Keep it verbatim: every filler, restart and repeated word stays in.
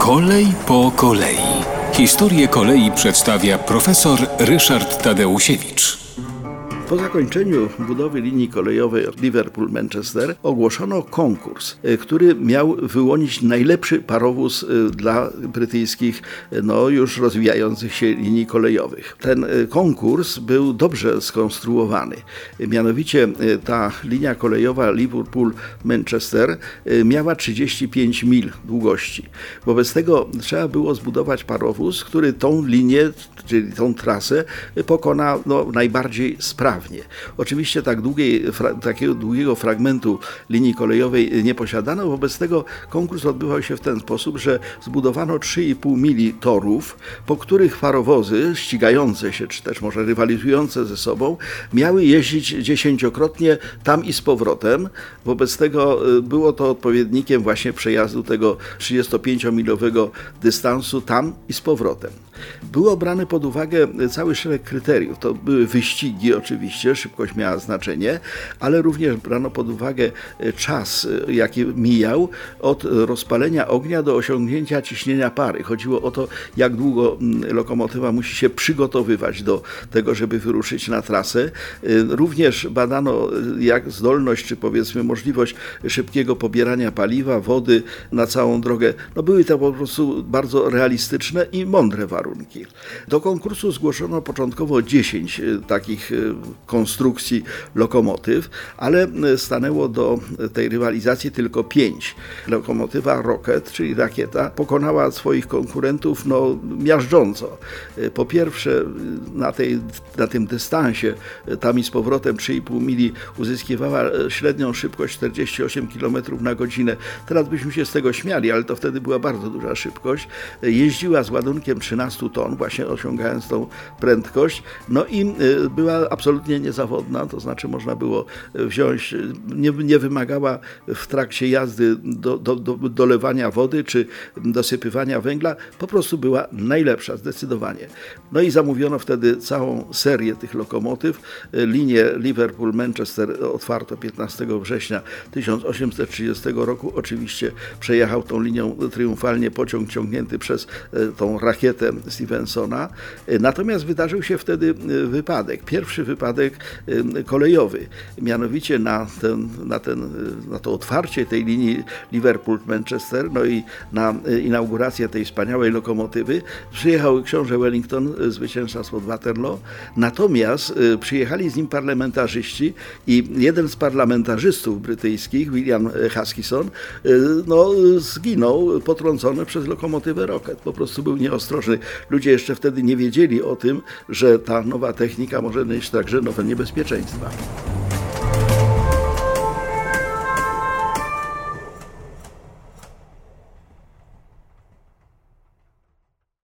Kolej po kolei. Historię kolei przedstawia profesor Ryszard Tadeusiewicz. Po zakończeniu budowy linii kolejowej Liverpool-Manchester ogłoszono konkurs, który miał wyłonić najlepszy parowóz dla brytyjskich, no już rozwijających się linii kolejowych. Ten konkurs był dobrze skonstruowany. Mianowicie ta linia kolejowa Liverpool-Manchester miała trzydzieści pięć mil długości. Wobec tego trzeba było zbudować parowóz, który tą linię, czyli tą trasę pokona no, najbardziej sprawnie. Oczywiście tak długiej, takiego długiego fragmentu linii kolejowej nie posiadano, wobec tego konkurs odbywał się w ten sposób, że zbudowano trzy i pół mili torów, po których parowozy ścigające się, czy też może rywalizujące ze sobą, miały jeździć dziesięciokrotnie tam i z powrotem. Wobec tego było to odpowiednikiem właśnie przejazdu tego trzydziestopięciomilowego dystansu tam i z powrotem. Był brany pod uwagę cały szereg kryteriów. To były wyścigi oczywiście, szybkość miała znaczenie, ale również brano pod uwagę czas, jaki mijał od rozpalenia ognia do osiągnięcia ciśnienia pary. Chodziło o to, jak długo lokomotywa musi się przygotowywać do tego, żeby wyruszyć na trasę. Również badano jak zdolność, czy powiedzmy możliwość szybkiego pobierania paliwa, wody na całą drogę. No były to po prostu bardzo realistyczne i mądre warunki. Do konkursu zgłoszono początkowo dziesięć takich konstrukcji lokomotyw, ale stanęło do tej rywalizacji tylko pięć. Lokomotywa Rocket, czyli rakieta, pokonała swoich konkurentów no, miażdżąco. Po pierwsze, na, tej, na tym dystansie, tam i z powrotem trzy i pół mili, uzyskiwała średnią szybkość czterdzieści osiem kilometrów na godzinę. Teraz byśmy się z tego śmiali, ale to wtedy była bardzo duża szybkość. Jeździła z ładunkiem trzynaście ton, właśnie osiągając tą prędkość, no i była absolutnie niezawodna, to znaczy można było wziąć, nie, nie wymagała w trakcie jazdy do, do, do, dolewania wody czy dosypywania węgla, po prostu była najlepsza, zdecydowanie. No i zamówiono wtedy całą serię tych lokomotyw. Linię Liverpool-Manchester otwarto piętnastego września tysiąc osiemset trzydziestego roku. Oczywiście przejechał tą linią triumfalnie pociąg ciągnięty przez tą rakietę Stephensona. Natomiast wydarzył się wtedy wypadek. Pierwszy wypadek kolejowy. Mianowicie na, ten, na, ten, na to otwarcie tej linii Liverpool-Manchester, no i na inaugurację tej wspaniałej lokomotywy przyjechał książę Wellington, zwycięzca spod Waterloo. Natomiast przyjechali z nim parlamentarzyści i jeden z parlamentarzystów brytyjskich, William Huskisson, no, zginął potrącony przez lokomotywę Rocket. Po prostu był nieostrożny. Ludzie jeszcze wtedy nie wiedzieli o tym, że ta nowa technika może nieść także nowe niebezpieczeństwa.